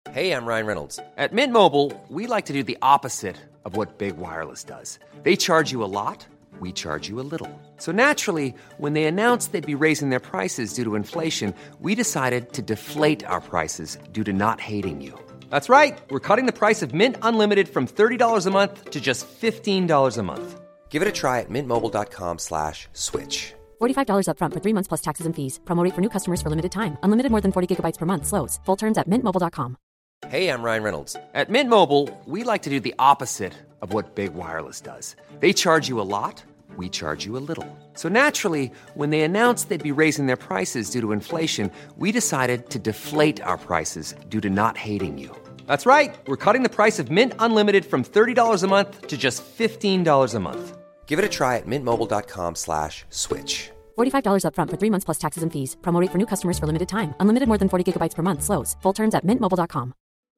Hey, I'm Ryan Reynolds. At Mint Mobile, we like to do the opposite of what Big Wireless does. They charge you a lot, we charge you a little. So naturally, when they announced they'd be raising their prices due to inflation, we decided to deflate our prices due to not hating you. That's right. We're cutting the price of Mint Unlimited from $30 a month to just $15 a month. Give it a try at mintmobile.com/switch. $45 up front for 3 months plus taxes and fees. Promo rate for new customers for limited time. Unlimited more than 40 gigabytes per month. Slows full terms at mintmobile.com. Hey, I'm Ryan Reynolds. At Mint Mobile, we like to do the opposite of what Big Wireless does. They charge you a lot, we charge you a little. So naturally, when they announced they'd be raising their prices due to inflation, we decided to deflate our prices due to not hating you. That's right. We're cutting the price of Mint Unlimited from $30 a month to just $15 a month. Give it a try at mintmobile.com/switch. $45 up front for 3 months plus taxes and fees. Promo rate for new customers for limited time. Unlimited more than 40 gigabytes per month. Slows full terms at mintmobile.com.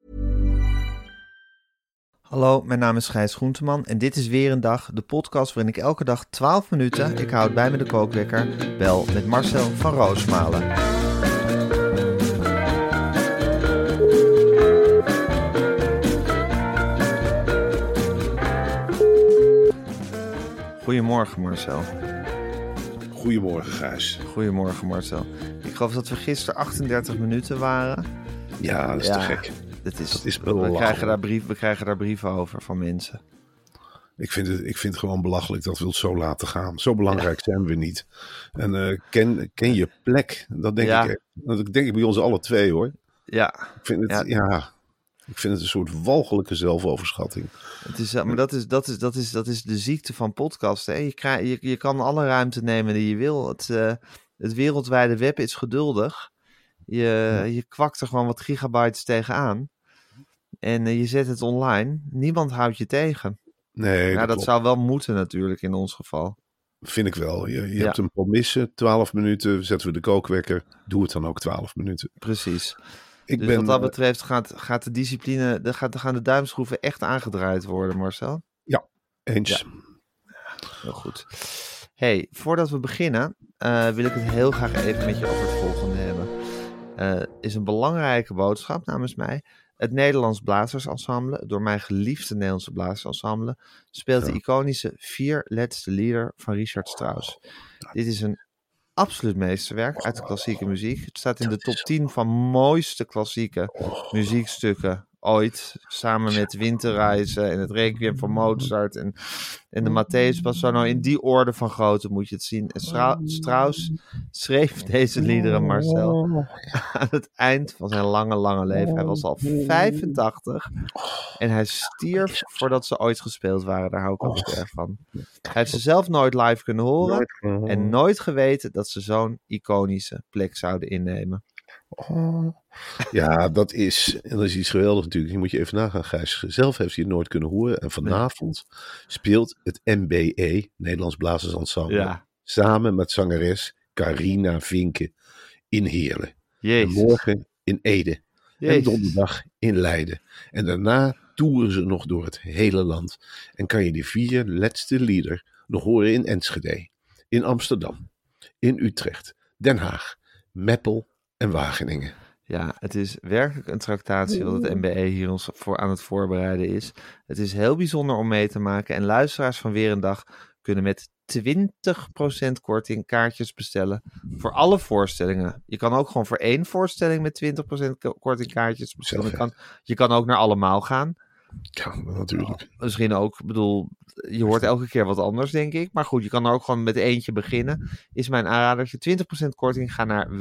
Hallo, mijn naam is Gijs Groenteman en dit is weer een dag, de podcast waarin ik elke dag 12 minuten, ik houd bij me de kookwekker, bel met Marcel van Roosmalen. Goedemorgen Marcel. Goedemorgen Gijs. Goedemorgen Marcel. Ik geloof dat we gisteren 38 minuten waren. Ja, dat is te gek. Dat is we krijgen daar brieven over van mensen. Ik vind het gewoon belachelijk dat we het zo laten gaan. Zo belangrijk zijn we niet. En ken je plek. Dat denk ik echt. Dat denk ik bij ons alle twee hoor. Ja. Ik vind het een soort walgelijke zelfoverschatting. Het is, maar dat is de ziekte van podcasten. Hè? Je kan alle ruimte nemen die je wil. Het wereldwijde web is geduldig. Je kwakt er gewoon wat gigabytes tegenaan. En je zet het online. Niemand houdt je tegen. Nee, dat zou wel moeten natuurlijk in ons geval. Vind ik wel. Je hebt een promisse. 12 minuten zetten we de kookwekker. Doe het dan ook 12 minuten. Precies. Wat dat betreft gaat de discipline, gaan de duimschroeven echt aangedraaid worden, Marcel? Ja, eens. Ja. Heel goed. Hey, voordat we beginnen, wil ik het heel graag even met je over het volgende hebben. Is een belangrijke boodschap namens mij. Het Nederlands Blazersensemble, door mijn geliefde Nederlandse Blazersensemble, speelt de iconische 4 Letzte Lieder van Richard Strauss. Dit is een absoluut meesterwerk uit de klassieke muziek. Het staat in de top 10 van mooiste klassieke muziekstukken ooit. Samen met Winterreizen en het Requiem van Mozart en de Matthäus Passion. In die orde van grootte moet je het zien. En Strauss schreef deze liederen, Marcel, aan het eind van zijn lange leven. Hij was al 85 en hij stierf voordat ze ooit gespeeld waren. Daar hou ik altijd erg van. Hij heeft ze zelf nooit live kunnen horen en nooit geweten dat ze zo'n iconische plek zouden innemen. Ja, dat is iets geweldigs natuurlijk. Je moet je even nagaan, Gijs. Zelf heeft hij het nooit kunnen horen. En vanavond speelt het NBE, Nederlands Blazersensemble, samen met zangeres Carina Vinken in Heerlen. En morgen in Ede. En donderdag in Leiden. En daarna toeren ze nog door het hele land. En kan je die 4 Letzte Lieder nog horen in Enschede, in Amsterdam, in Utrecht, Den Haag, Meppel en Wageningen. Ja, het is werkelijk een tractatie wat het NBE hier ons voor aan het voorbereiden is. Het is heel bijzonder om mee te maken. En luisteraars van Weer een Dag kunnen met 20% korting kaartjes bestellen voor alle voorstellingen. Je kan ook gewoon voor 1 voorstelling met 20% korting kaartjes bestellen. Je kan ook naar allemaal gaan. Ja, natuurlijk. Misschien ook, je hoort elke keer wat anders, denk ik. Maar goed, je kan er ook gewoon met eentje beginnen. Is mijn aanrader. 20% korting. Ga naar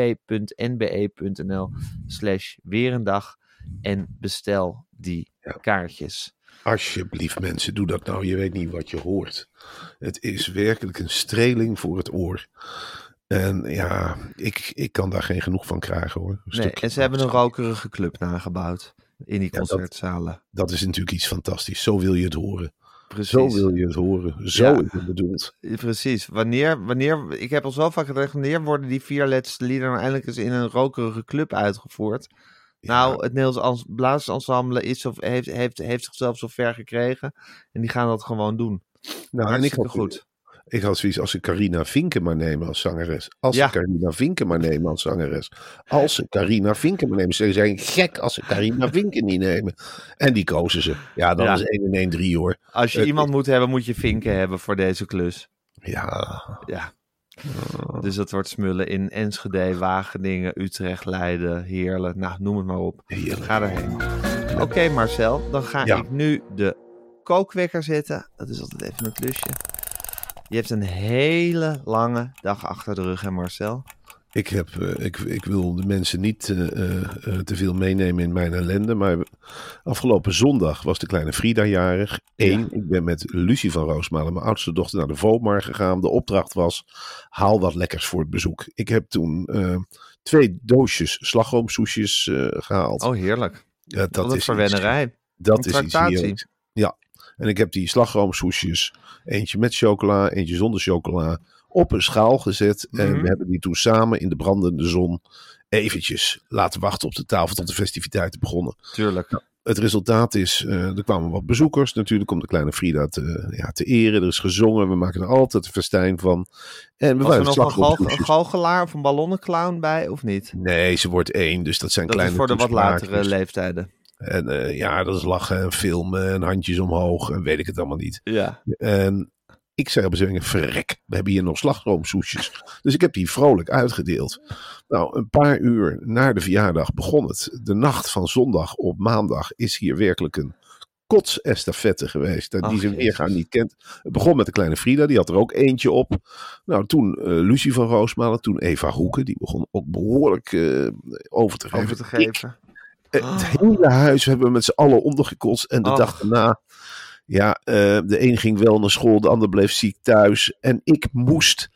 www.nbe.nl/weerendag en bestel die kaartjes. Alsjeblieft mensen, doe dat nou. Je weet niet wat je hoort. Het is werkelijk een streling voor het oor. En ja, ik kan daar geen genoeg van krijgen hoor. En ze hebben een rokerige club nagebouwd in die concertzalen. Dat is natuurlijk iets fantastisch. Zo wil je het horen. Precies. Zo wil je het horen. Zo is het bedoeld. Precies. Wanneer, ik heb al zo vaak gedacht, wanneer worden die 4 Letzte Lieder nou eindelijk eens in een rokerige club uitgevoerd? Ja. Nou, het Nederlands Blazersensemble heeft zichzelf zo ver gekregen. En die gaan dat gewoon doen. Nou, Hartstikke goed. Ik had zoiets als ze Carina Vinken maar nemen als zangeres. Als ze Carina Vinken maar nemen als zangeres. Als ze Carina Vinken maar nemen. Ze zijn gek als ze Carina Vinken niet nemen. En die kozen ze. Ja, dan is 1-1-3 hoor. Als je iemand moet hebben, moet je Vinken hebben voor deze klus. Ja. Dus dat wordt smullen in Enschede, Wageningen, Utrecht, Leiden, Heerlen. Nou, noem het maar op. Heerlijk. Ga erheen. Oké, Marcel. Dan ga ik nu de kookwekker zetten. Dat is altijd even een klusje. Je hebt een hele lange dag achter de rug, hè Marcel? Ik wil de mensen niet te veel meenemen in mijn ellende. Maar afgelopen zondag was de kleine Frida jarig. Ik ben met Lucie van Roosmalen, mijn oudste dochter, naar de Vomar gegaan. De opdracht was, haal wat lekkers voor het bezoek. Ik heb toen 2 doosjes slagroomsoesjes gehaald. Oh, heerlijk. Dat is verwennerij. Dat is iets heerlijks. Ja, en ik heb die slagroomsoesjes, eentje met chocola, eentje zonder chocola, op een schaal gezet. En we hebben die toen samen in de brandende zon eventjes laten wachten op de tafel tot de festiviteiten begonnen. Tuurlijk. Nou, het resultaat is, er kwamen wat bezoekers natuurlijk om de kleine Frida te eren. Er is gezongen, we maken er altijd een festijn van. En was er nog een goochelaar of een ballonnenclown bij, of niet? Nee, ze wordt 1, dus dat zijn kleine toespraakjes. Dat is voor de wat latere leeftijden. En dat is lachen en filmen en handjes omhoog en weet ik het allemaal niet. Ja. En ik zei op een gegeven moment, verrek, we hebben hier nog slagroomsoesjes. Dus ik heb die vrolijk uitgedeeld. Nou, een paar uur na de verjaardag begon het. De nacht van zondag op maandag is hier werkelijk een kotsestafette geweest. Die ze weergaan niet kent. Het begon met de kleine Frida, die had er ook eentje op. Nou, toen Lucie van Roosmalen, toen Eva Hoeken, die begon ook behoorlijk over te geven. Het hele huis hebben we met z'n allen ondergekotst. En de dag daarna, de een ging wel naar school, de ander bleef ziek thuis. En ik moest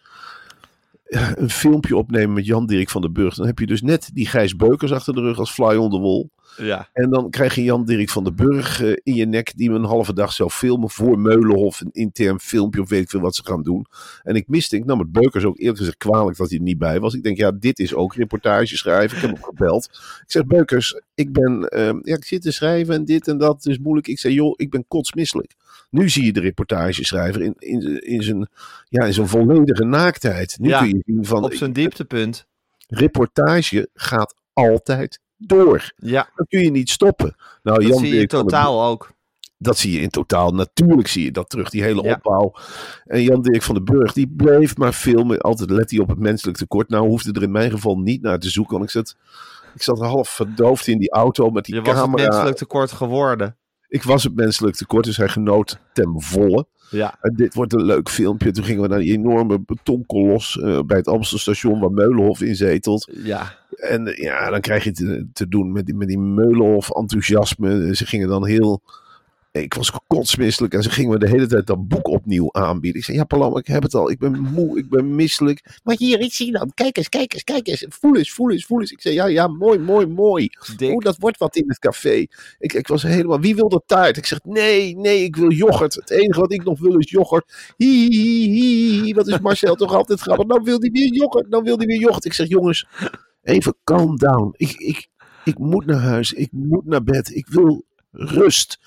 een filmpje opnemen met Jan-Dirk van den Burg. Dan heb je dus net die Gijs Beukers achter de rug als fly on the wall. Ja. En dan krijg je Jan-Dirk van den Burg in je nek, die me een halve dag zou filmen voor Meulenhof. Een intern filmpje of weet ik veel wat ze gaan doen. En ik nam het Beukers ook eerlijk gezegd kwalijk dat hij er niet bij was. Ik denk, dit is ook reportage schrijven. Ik heb hem gebeld. Ik zeg, Beukers, ik zit te schrijven en dit en dat. Het is moeilijk. Ik zeg, joh, ik ben kotsmisselijk. Nu zie je de reportageschrijver in zijn volledige naaktheid. Nu kun je zien van, op zijn dieptepunt. Reportage gaat altijd door. Ja. Dat kun je niet stoppen. Nou, dat zie je in totaal ook. Dat zie je in totaal. Natuurlijk zie je dat terug, die hele opbouw. En Jan-Dirk van den Burg, die bleef maar filmen. Altijd let hij op het menselijk tekort. Nou hoefde er in mijn geval niet naar te zoeken. Want ik zat er half verdoofd in die auto met die camera. Je was het menselijk tekort geworden. Ik was het menselijk tekort, dus hij genoot ten volle. Ja. En dit wordt een leuk filmpje. Toen gingen we naar die enorme betonkolos bij het Amstelstation waar Meulenhof in zetelt. Ja. En dan krijg je te doen met die Meulenhof enthousiasme. Ze gingen dan heel... Ik was kotsmisselijk en ze gingen me de hele tijd dat boek opnieuw aanbieden. Ik zei, Paloma, ik heb het al. Ik ben moe, ik ben misselijk. Maar hier, ik zie dan. Kijk eens. Voel eens. Ik zei, mooi. Dik. Dat wordt wat in het café. Ik was helemaal, wie wil dat taart? Ik zeg, nee, ik wil yoghurt. Het enige wat ik nog wil is yoghurt. Hi. Wat is Marcel toch altijd grappig? Nou wil die weer yoghurt. Ik zeg, jongens, even calm down. Ik moet naar huis. Ik moet naar bed. Ik wil rust.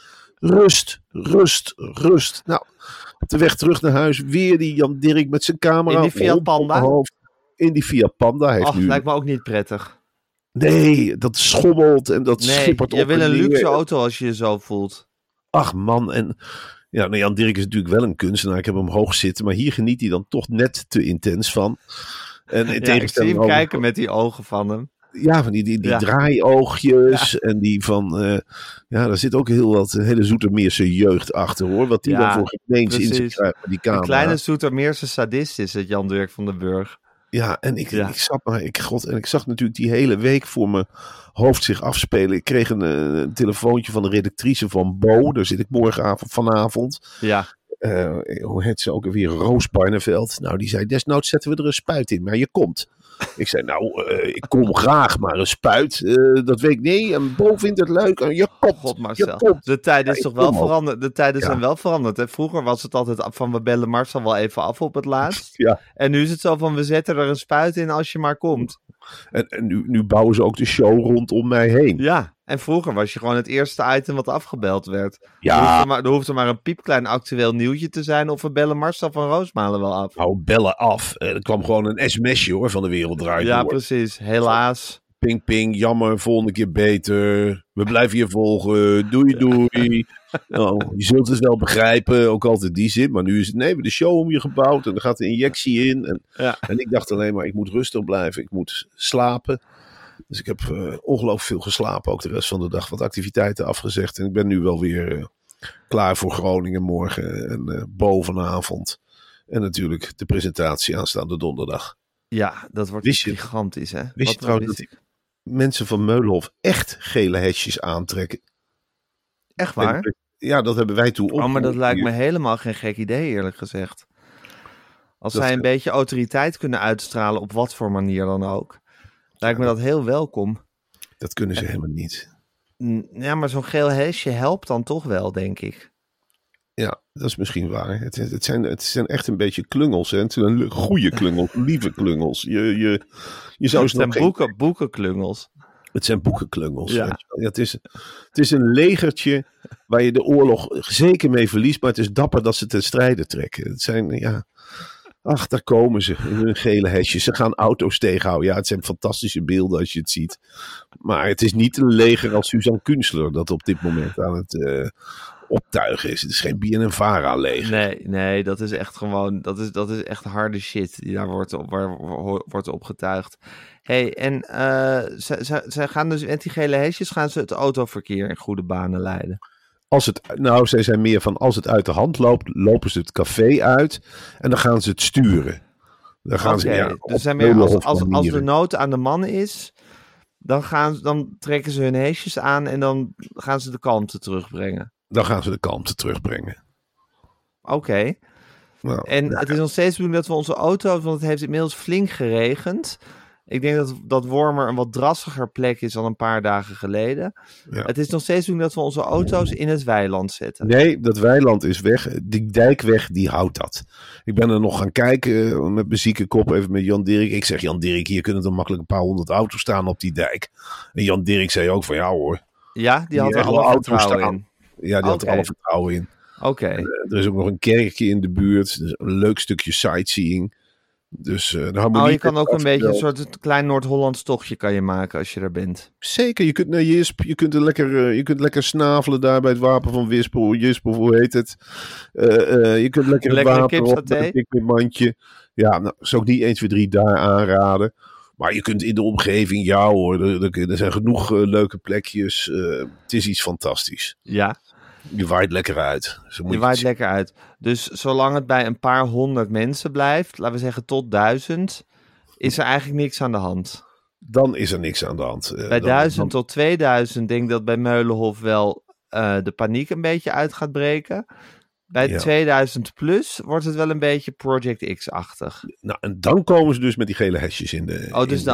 Rust. Nou, op de weg terug naar huis weer die Jan-Dirk met zijn camera. In die Fiat Panda? In die Fiat Panda. Lijkt me ook niet prettig. Nee, dat schommelt en dat schippert op. Je wil een luxe auto als je je zo voelt. Ach man, en Jan-Dirk is natuurlijk wel een kunstenaar. Ik heb hem hoog zitten, maar hier geniet hij dan toch net te intens van. En ik zie hem kijken met die ogen van hem. Ja, van die draaioogjes en die van... daar zit ook heel wat hele Zoetermeerse jeugd achter, hoor. Wat die dan voor gemeens in zich krijgt met die camera. Een kleine Zoetermeerse sadist is het, Jan-Dirk van den Burg. Ja, en ik zag natuurlijk die hele week voor mijn hoofd zich afspelen. Ik kreeg een telefoontje van de redactrice van Bo. Daar zit ik vanavond. Ja. Hoe heet ze ook weer? Roos Barneveld. Nou, die zei, desnoods zetten we er een spuit in, maar je komt. Ik zei, ik kom graag, maar een spuit, dat weet ik niet. En Bo vindt het leuk. En je komt. God, Marcel. De tijd is toch wel veranderd. De tijden zijn wel veranderd. Hè? Vroeger was het altijd van, we bellen Marcel wel even af op het laatst. Ja. En nu is het zo van, we zetten er een spuit in als je maar komt. En nu bouwen ze ook de show rondom mij heen. Ja. En vroeger was je gewoon het eerste item wat afgebeld werd. Ja. Er hoefde maar een piepklein actueel nieuwtje te zijn of we bellen Marcel van Roosmalen wel af. Nou, bellen af. Er kwam gewoon een sms'je hoor van de Wereld Draait Door. Ja, precies. Helaas. Ping, ping, jammer, volgende keer beter. We blijven je volgen. Doei, doei. Nou, je zult het wel begrijpen, ook altijd die zin. Maar nu is het, nee, we hebben de show om je gebouwd. En er gaat een injectie in. En ik dacht alleen maar, ik moet rustig blijven. Ik moet slapen. Dus ik heb ongelooflijk veel geslapen. Ook de rest van de dag wat activiteiten afgezegd. En ik ben nu wel weer klaar voor Groningen morgen. En bovenavond. En natuurlijk de presentatie aanstaande donderdag. Ja, dat wordt gigantisch, hè? Wist je trouwens dat mensen van Meulenhof echt gele hesjes aantrekken? Echt waar? Ja, dat hebben wij toen op. Oh, maar dat lijkt me helemaal geen gek idee, eerlijk gezegd. Als zij een beetje autoriteit kunnen uitstralen, op wat voor manier dan ook, lijkt me dat heel welkom. Dat kunnen ze helemaal niet. Ja, maar zo'n geel hesje helpt dan toch wel, denk ik. Ja, dat is misschien waar. Het zijn echt een beetje klungels. Hè? Het zijn goede klungels, lieve klungels. Je zou het zijn boekenklungels. Het zijn boekenklungels. Ja. Ja, het is een legertje waar je de oorlog zeker mee verliest. Maar het is dapper dat ze ten strijde trekken. Het zijn, ja... Ach, daar komen ze in hun gele hesjes. Ze gaan auto's tegenhouden. Ja, het zijn fantastische beelden als je het ziet. Maar het is niet een leger als Suzanne Künstler dat op dit moment aan het optuigen is. Het is geen BNNVARA leger. Nee, dat is echt gewoon, dat is echt harde shit die daar wordt opgetuigd. Hey, en zij gaan dus met die gele hesjes gaan ze het autoverkeer in goede banen leiden. Zij zijn meer van als het uit de hand loopt, lopen ze het café uit en dan gaan ze het sturen. Dan gaan ze, dus zijn meer als de nood aan de man is, dan trekken ze hun hesjes aan en dan gaan ze de kalmte terugbrengen. Oké. Nou, en het is nog steeds de bedoeling dat we onze auto's, want het heeft inmiddels flink geregend. Ik denk dat Wormer een wat drassiger plek is dan een paar dagen geleden. Ja. Het is nog steeds doen dat we onze auto's in het weiland zetten. Nee, dat weiland is weg. Die dijkweg, die houdt dat. Ik ben er nog gaan kijken met mijn zieke kop, even met Jan Dirk. Ik zeg, Jan Dirk, hier kunnen er makkelijk een paar 100 auto's staan op die dijk. En Jan Dirk zei ook van, ja hoor. Ja, die had er alle vertrouwen in. Ja, die had er alle vertrouwen in. Oké. Er is ook nog een kerkje in de buurt. Dus een leuk stukje sightseeing. Dus je kan ook een beetje een soort klein Noord-Hollands tochtje kan je maken als je er bent. Zeker, je kunt naar Jisp, je kunt lekker snavelen daar bij het wapen van Jisp, hoe heet het? Je kunt lekker het water op met een pikmandje. Ja, nou, zou ik niet 1, 2, 3 daar aanraden. Maar je kunt in de omgeving, ja hoor, er zijn genoeg leuke plekjes. Het is iets fantastisch. Ja. Je waait lekker uit. Lekker uit. Dus zolang het bij een paar 100 mensen blijft, laten we zeggen tot 1000, is er eigenlijk niks aan de hand. Dan is er niks aan de hand. Bij 1000 tot 2000 denk ik dat bij Meulenhof wel de paniek een beetje uit gaat breken. Bij 2000 plus wordt het wel een beetje Project X-achtig. Nou, en dan komen ze dus met die gele hesjes in de... dus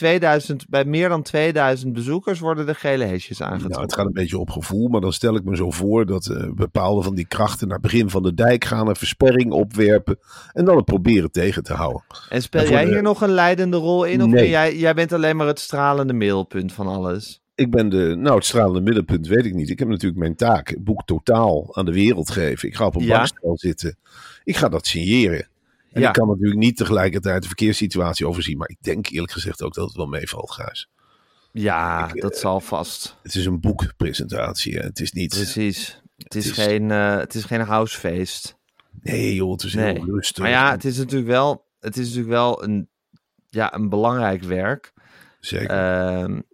bij meer dan 2000 bezoekers worden de gele hesjes aangetrokken. Nou, het gaat een beetje op gevoel, maar dan stel ik me zo voor dat bepaalde van die krachten naar het begin van de dijk gaan, een versperring opwerpen en dan het proberen tegen te houden. En speel jij hier nog een leidende rol in? Of nee. Jij bent alleen maar het stralende middelpunt van alles? Ik ben het stralende middelpunt weet ik niet. Ik heb natuurlijk mijn taak, het boek totaal aan de wereld geven. Ik ga op een bankstel zitten. Ik ga dat signeren. En ik kan natuurlijk niet tegelijkertijd de verkeerssituatie overzien. Maar ik denk eerlijk gezegd ook dat het wel meevalt, Gijs. Ja, dat zal vast. Het is een boekpresentatie. Hè. Het is niet... Precies. Het is geen housefeest. Nee joh, het is heel rustig. Maar ja, het is natuurlijk wel een belangrijk werk. Zeker.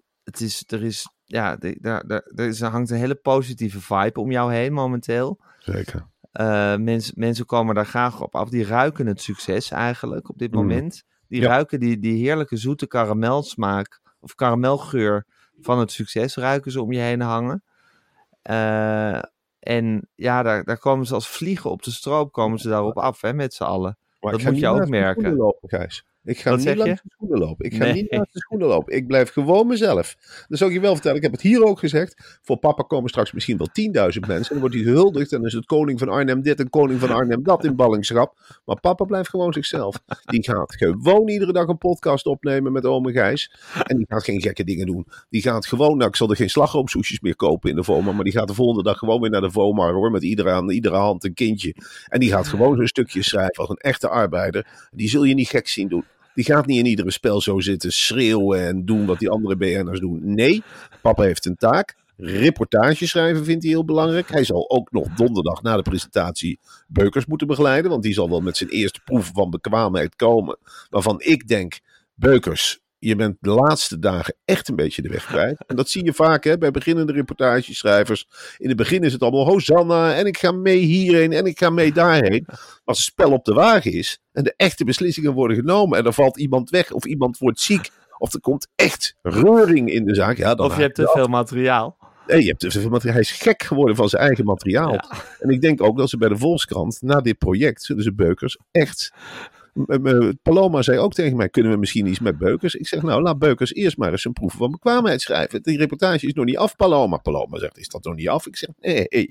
Er hangt een hele positieve vibe om jou heen momenteel. Zeker. Mensen komen daar graag op af. Die ruiken het succes eigenlijk op dit moment. Die ruiken die heerlijke zoete karamelsmaak of karamelgeur van het succes ruiken ze om je heen hangen. En ja, daar komen ze als vliegen op de stroop komen ze daarop af, hè, met z'n allen. Maar dat moet je ook merken. Ik ga niet langs de schoenen lopen. Ik blijf gewoon mezelf. Dat zou ik je wel vertellen. Ik heb het hier ook gezegd. Voor papa komen straks misschien wel 10.000 mensen. En dan wordt hij gehuldigd. En dan is het koning van Arnhem dit en koning van Arnhem dat in ballingschap. Maar papa blijft gewoon zichzelf. Die gaat gewoon iedere dag een podcast opnemen met ome Gijs. En die gaat geen gekke dingen doen. Die gaat gewoon, ik zal er geen slagroomsoesjes meer kopen in de Voma. Maar die gaat de volgende dag gewoon weer naar de Voma hoor. Met iedere hand een kindje. En die gaat gewoon zo'n stukje schrijven als een echte arbeider. Die zul je niet gek zien doen. Die gaat niet in iedere spel zo zitten schreeuwen en doen wat die andere BN'ers doen. Nee, papa heeft een taak. Reportage schrijven vindt hij heel belangrijk. Hij zal ook nog donderdag na de presentatie Beukers moeten begeleiden. Want die zal wel met zijn eerste proef van bekwaamheid komen. Waarvan ik denk, Beukers, je bent de laatste dagen echt een beetje de weg kwijt. En dat zie je vaak hè, bij beginnende reportageschrijvers. In het begin is het allemaal Hosanna en ik ga mee hierheen en ik ga mee daarheen. Als het spel op de wagen is en de echte beslissingen worden genomen en er valt iemand weg of iemand wordt ziek of er komt echt reuring in de zaak. Ja, dan of je hebt te veel materiaal. Nee, je hebt te veel materiaal. Hij is gek geworden van zijn eigen materiaal. Ja. En ik denk ook dat ze bij de Volkskrant, na dit project, zullen ze Beukers echt... Paloma zei ook tegen mij, kunnen we misschien iets met Beukers? Ik zeg, nou, laat Beukers eerst maar eens een proef van bekwaamheid schrijven. Die reportage is nog niet af, Paloma. Paloma zegt, is dat nog niet af? Ik zeg,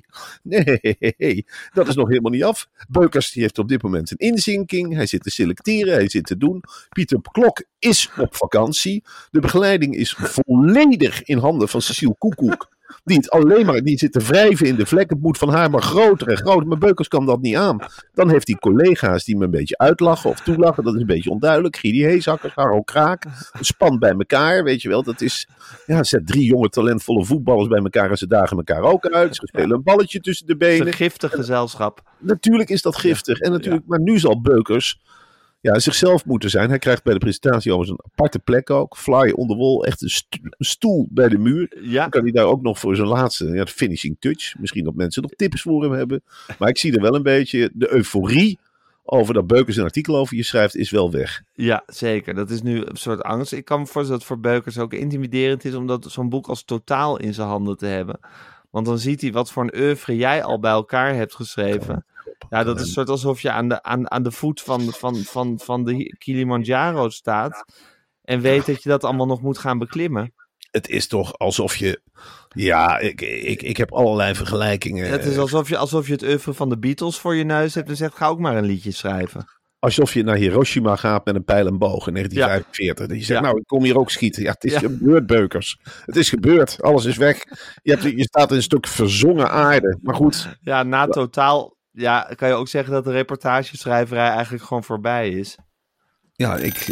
nee, dat is nog helemaal niet af. Beukers die heeft op dit moment een inzinking. Hij zit te selecteren, hij zit te doen. Pieter Klok is op vakantie. De begeleiding is volledig in handen van Cecile Koekoek. Die zit te wrijven in de vlek. Het moet van haar maar groter en groter. Maar Beukers kan dat niet aan. Dan heeft hij collega's die me een beetje uitlachen of toelachen. Dat is een beetje onduidelijk. Gidi Heesakkers, Harro Kraak. Het spant bij elkaar, weet je wel. Dat is, zet 3 jonge talentvolle voetballers bij elkaar en ze dagen elkaar ook uit. Ze spelen een balletje tussen de benen. Het is een giftig gezelschap. Natuurlijk is dat giftig. En natuurlijk, maar nu zal Beukers zichzelf moeten zijn. Hij krijgt bij de presentatie overigens een aparte plek ook. Fly on the wall, echt een stoel bij de muur. Ja. Dan kan hij daar ook nog voor zijn laatste de finishing touch. Misschien dat mensen nog tips voor hem hebben. Maar ik zie er wel een beetje de euforie over dat Beukers een artikel over je schrijft, is wel weg. Ja, zeker. Dat is nu een soort angst. Ik kan me voorstellen dat het voor Beukers ook intimiderend is om zo'n boek als totaal in zijn handen te hebben. Want dan ziet hij wat voor een oeuvre jij al bij elkaar hebt geschreven. Ja, dat is een soort alsof je aan de voet van de Kilimanjaro staat en weet dat je dat allemaal nog moet gaan beklimmen. Het is toch alsof je... Ja, ik heb allerlei vergelijkingen. Het is alsof je het oeuvre van de Beatles voor je neus hebt en zegt, ga ook maar een liedje schrijven. Alsof je naar Hiroshima gaat met een pijl en boog in 1945. Ja. Dat je zegt, nou, ik kom hier ook schieten. Ja, het is gebeurd, Beukers. Het is gebeurd. Alles is weg. Je staat in een stuk verzongen aarde. Maar goed. Ja, na totaal... Ja, kan je ook zeggen dat de reportageschrijverij eigenlijk gewoon voorbij is. Ja,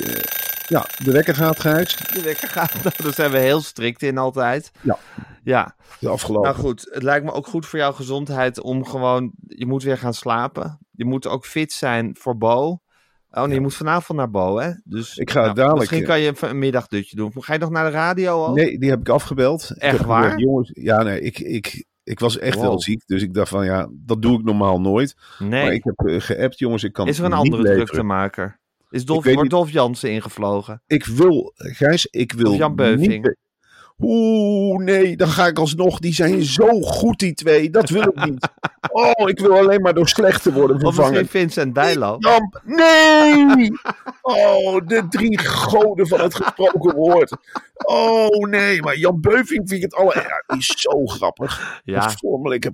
de wekker gaat, Gijs. De wekker gaat, daar zijn we heel strikt in altijd. Ja. De afgelopen. Nou goed, het lijkt me ook goed voor jouw gezondheid om gewoon... Je moet weer gaan slapen. Je moet ook fit zijn voor Bo. Oh nee, je moet vanavond naar Bo, hè? Dus ik ga dadelijk... Misschien kan je een middagdutje doen. Ga je nog naar de radio ook? Nee, die heb ik afgebeld. Echt waar? Gedacht, jongens, ik was echt wel ziek, dus ik dacht van dat doe ik normaal nooit. Nee. Maar ik heb geappt, jongens, ik kan Is er een andere druktemaker? Wordt Dolf Jansen ingevlogen? Gijs, of Jan Beuving? Nee, dan ga ik alsnog. Die zijn zo goed, die twee. Dat wil ik niet. Oh, ik wil alleen maar door slechte worden vervangen. Of misschien Vincent Bijlo. Nee! Oh, de 3 goden van het gesproken woord. Oh, nee, maar Jan Beuving vind ik het die is zo grappig. Ja. Dat vormelijke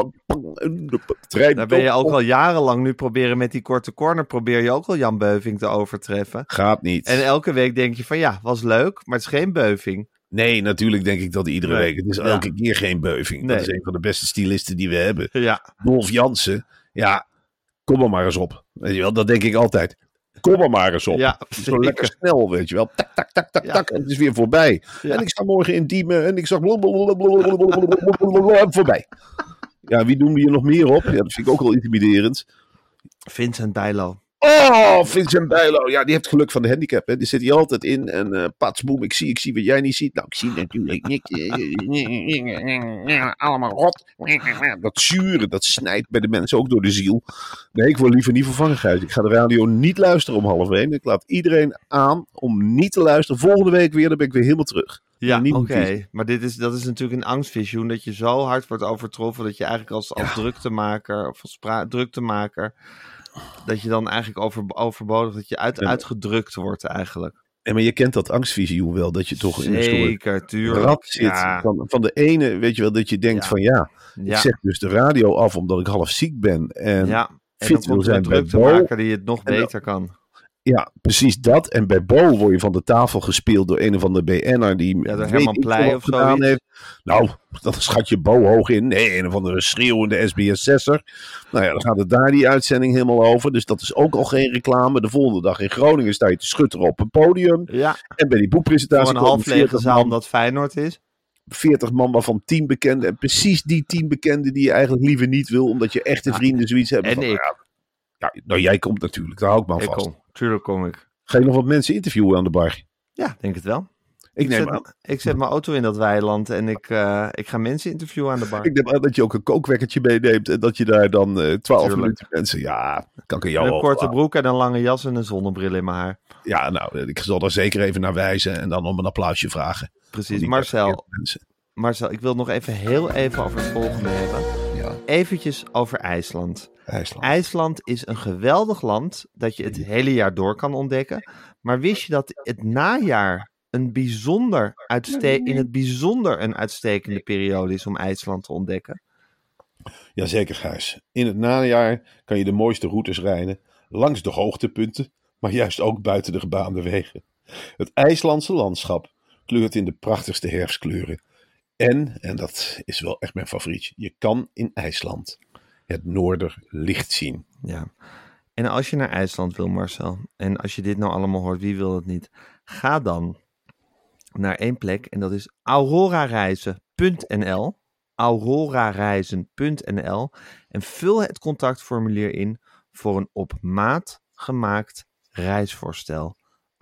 Daar ben je ook al jarenlang nu proberen met die korte corner. Probeer je ook al Jan Beuving te overtreffen. Gaat niet. En elke week denk je van was leuk, maar het is geen Beuving. Nee, natuurlijk denk ik dat iedere week. Het is elke keer geen Beuving. Nee. Dat is een van de beste stylisten die we hebben. Ja. Dolf Jansen. Ja, kom er maar eens op. Weet je wel, dat denk ik altijd. Kom er maar eens op. Ja, zo lekker snel, weet je wel. Tak, tak, tak, tak, tak. En het is weer voorbij. Ja. En ik sta morgen in Diemen en ik zag voorbij. Ja, wie doen we hier nog meer op? Ja, dat vind ik ook wel intimiderend. Vincent Bijlo. Oh, Vincent Bijlo. Ja, die heeft geluk van de handicap. Hè. Die zit hier altijd in. En patsboem, ik zie wat jij niet ziet. Nou, ik zie natuurlijk niks. Allemaal rot. Dat zuren, dat snijdt bij de mensen ook door de ziel. Nee, ik wil liever niet vervangen, Gijs. Ik ga de radio niet luisteren om 12:30. Ik laat iedereen aan om niet te luisteren. Volgende week weer, dan ben ik weer helemaal terug. Ja, oké. Maar dat is natuurlijk een angstvisioen. Dat je zo hard wordt overtroffen dat je eigenlijk als druktemaker of als druktemaker dat je dan eigenlijk overbodig, dat je uitgedrukt wordt eigenlijk. En maar je kent dat angstvisioen wel, dat je toch in een soort tuurlijk, zit. Ja. Van de ene, weet je wel, dat je denkt van ik zeg dus de radio af omdat ik half ziek ben. En fit wil zijn bij Bo. Maken die het nog beter kan. Ja, precies dat. En bij Bo word je van de tafel gespeeld door een of andere BN'er die door Herman Pleij of gedaan heeft. Nou, dan schat je Bo hoog in. Nee, een of andere schreeuwende SBS6'er. Nou ja, dan gaat het daar die uitzending helemaal over. Dus dat is ook al geen reclame. De volgende dag in Groningen sta je te schutteren op een podium. Ja. En bij die boekpresentatie... Voor een half lege zaal omdat Feyenoord is. 40 man, waarvan 10 bekenden. En precies die 10 bekenden die je eigenlijk liever niet wil, omdat je echte vrienden zoiets hebben. En van, ik. Nou, jij komt natuurlijk. Daar hou ik me aan vast. Tuurlijk kom ik. Ga je nog wat mensen interviewen aan de bar? Ja, denk het wel. Ik zet mijn auto in dat weiland en ik ga mensen interviewen aan de bar. Ik neem aan dat je ook een kookwekkertje meeneemt en dat je daar dan 12 minuten mensen... Ja, kan ik jou een korte broek en een lange jas en een zonnebril in mijn haar. Ja, nou, ik zal daar zeker even naar wijzen en dan om een applausje vragen. Precies, Marcel, ik wil nog heel even over het volgende hebben. Ja. Eventjes over IJsland. IJsland is een geweldig land dat je het hele jaar door kan ontdekken. Maar wist je dat het najaar in het bijzonder een uitstekende periode is om IJsland te ontdekken? Jazeker, Gijs. In het najaar kan je de mooiste routes rijden, langs de hoogtepunten, maar juist ook buiten de gebaande wegen. Het IJslandse landschap kleurt in de prachtigste herfstkleuren. En dat is wel echt mijn favoriet, je kan in IJsland het noorderlicht zien. Ja. En als je naar IJsland wil, Marcel, en als je dit nou allemaal hoort, wie wil het niet? Ga dan naar één plek en dat is aurorareizen.nl. aurorareizen.nl en vul het contactformulier in voor een op maat gemaakt reisvoorstel.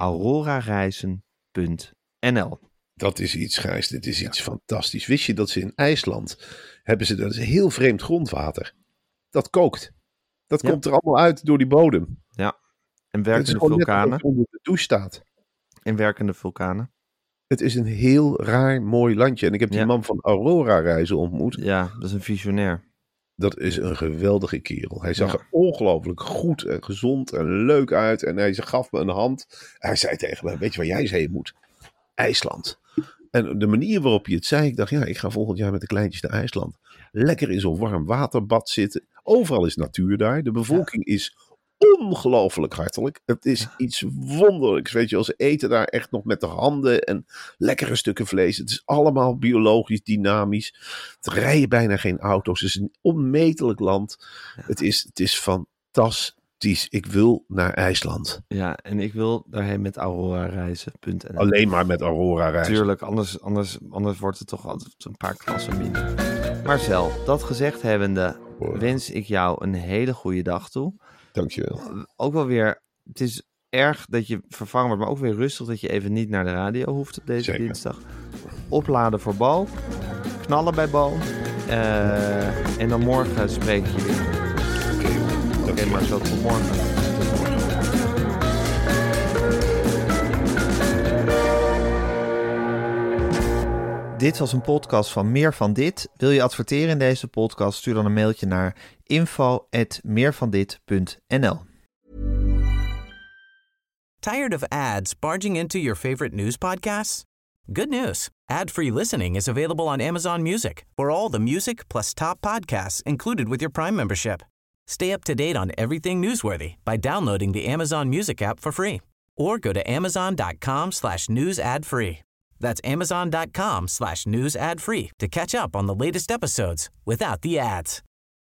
aurorareizen.nl. Dat is iets, Gijs. Dit is iets fantastisch. Wist je dat ze in IJsland hebben dat is heel vreemd grondwater. Dat kookt. Dat komt er allemaal uit door die bodem. Ja. En werkende vulkanen. Net onder de douche staat. En werkende vulkanen. Het is een heel raar, mooi landje. En ik heb die man van Aurora Reizen ontmoet. Ja, dat is een visionair. Dat is een geweldige kerel. Hij zag er ongelooflijk goed en gezond en leuk uit. En hij gaf me een hand. Hij zei tegen me, weet je waar jij eens heen moet? IJsland. En de manier waarop je het zei, ik dacht, ik ga volgend jaar met de kleintjes naar IJsland. Lekker in zo'n warm waterbad zitten. Overal is natuur daar. De bevolking is ongelooflijk hartelijk. Het is iets wonderlijks. Weet je, ze eten daar echt nog met de handen en lekkere stukken vlees. Het is allemaal biologisch, dynamisch. Het rijden bijna geen auto's. Het is een onmetelijk land. Ja. Het is fantastisch. Ik wil naar IJsland. Ja, en ik wil daarheen met aurorareizen.nl. Alleen maar met Aurora Reizen. Tuurlijk, anders wordt het toch altijd een paar klassen minder. Marcel, dat gezegd hebbende, wens ik jou een hele goede dag toe. Dankjewel. Ook wel weer, het is erg dat je vervangen wordt, maar ook weer rustig dat je even niet naar de radio hoeft op deze dinsdag. Opladen voor Bo, knallen bij Bo en dan morgen spreek ik je weer. Oké, Marcel, tot morgen. Dit was een podcast van Meer van Dit. Wil je adverteren in deze podcast? Stuur dan een mailtje naar info@meervandit.nl. Tired of ads barging into your favorite news podcasts? Good news. Ad-free listening is available on Amazon Music for all the music plus top podcasts included with your Prime membership. Stay up to date on everything newsworthy by downloading the Amazon Music app for free or go to amazon.com/news ad free. That's amazon.com/news ad free to catch up on the latest episodes without the ads.